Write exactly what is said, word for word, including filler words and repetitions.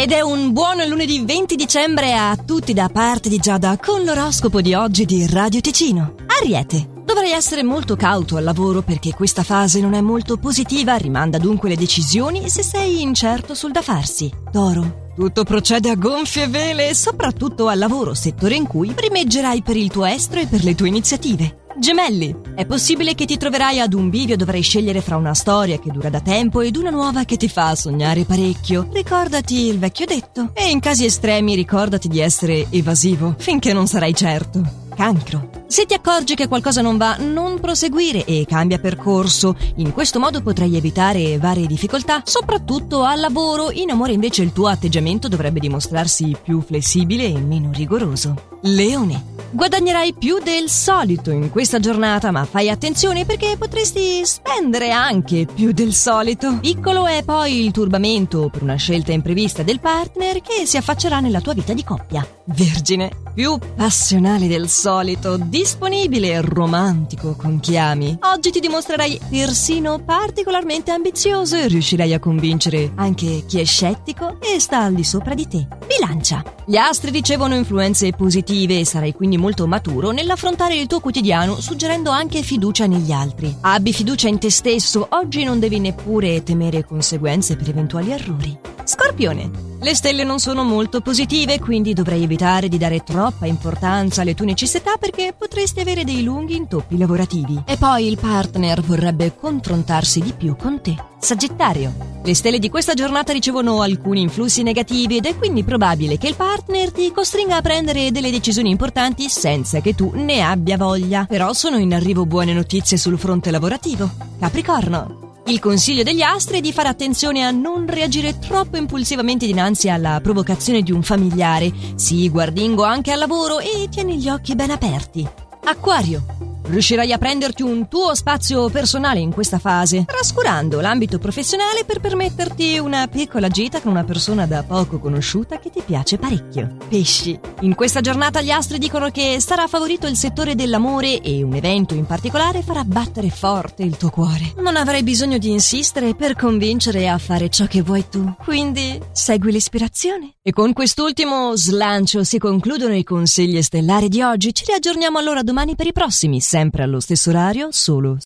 Ed è un buon lunedì venti dicembre a tutti da parte di Giada con l'oroscopo di oggi di Radio Ticino. Ariete. Dovrai essere molto cauto al lavoro perché questa fase non è molto positiva, rimanda dunque le decisioni se sei incerto sul da farsi. Toro. Tutto procede a gonfie vele, soprattutto al lavoro, settore in cui primeggerai per il tuo estro e per le tue iniziative. Gemelli. È possibile che ti troverai ad un bivio, dovrai scegliere fra una storia che dura da tempo ed una nuova che ti fa sognare parecchio. Ricordati il vecchio detto e in casi estremi ricordati di essere evasivo finché non sarai certo. Cancro. Se ti accorgi che qualcosa non va, non proseguire e cambia percorso. In questo modo potrai evitare varie difficoltà, soprattutto al lavoro. In amore invece il tuo atteggiamento dovrebbe dimostrarsi più flessibile e meno rigoroso. Leone. Guadagnerai più del solito in questa giornata, ma fai attenzione perché potresti spendere anche più del solito. Piccolo è poi il turbamento per una scelta imprevista del partner che si affaccerà nella tua vita di coppia. Vergine. Più passionale del solito, disponibile e romantico con chi ami. Oggi ti dimostrerai persino particolarmente ambizioso e riuscirai a convincere anche chi è scettico e sta al di sopra di te. Bilancia. Gli astri ricevono influenze positive e sarai quindi molto maturo nell'affrontare il tuo quotidiano, suggerendo anche fiducia negli altri. Abbi fiducia in te stesso, oggi non devi neppure temere conseguenze per eventuali errori. Scorpione. Le stelle non sono molto positive, quindi dovrai evitare di dare troppa importanza alle tue necessità perché potresti avere dei lunghi intoppi lavorativi. E poi il partner vorrebbe confrontarsi di più con te. Sagittario. Le stelle di questa giornata ricevono alcuni influssi negativi ed è quindi probabile che il partner ti costringa a prendere delle decisioni importanti senza che tu ne abbia voglia. Però sono in arrivo buone notizie sul fronte lavorativo. Capricorno. Il consiglio degli astri è di fare attenzione a non reagire troppo impulsivamente dinanzi alla provocazione di un familiare. Sii guardingo anche al lavoro e tieni gli occhi ben aperti. Acquario. Riuscirai a prenderti un tuo spazio personale in questa fase, trascurando l'ambito professionale per permetterti una piccola gita con una persona da poco conosciuta che ti piace parecchio. Pesci. In questa giornata gli astri dicono che sarà favorito il settore dell'amore e un evento in particolare farà battere forte il tuo cuore. Non avrai bisogno di insistere per convincere a fare ciò che vuoi tu, quindi segui l'ispirazione. E con quest'ultimo slancio si concludono i consigli stellari di oggi. Ci riaggiorniamo allora domani per i prossimi, sempre allo stesso orario, solo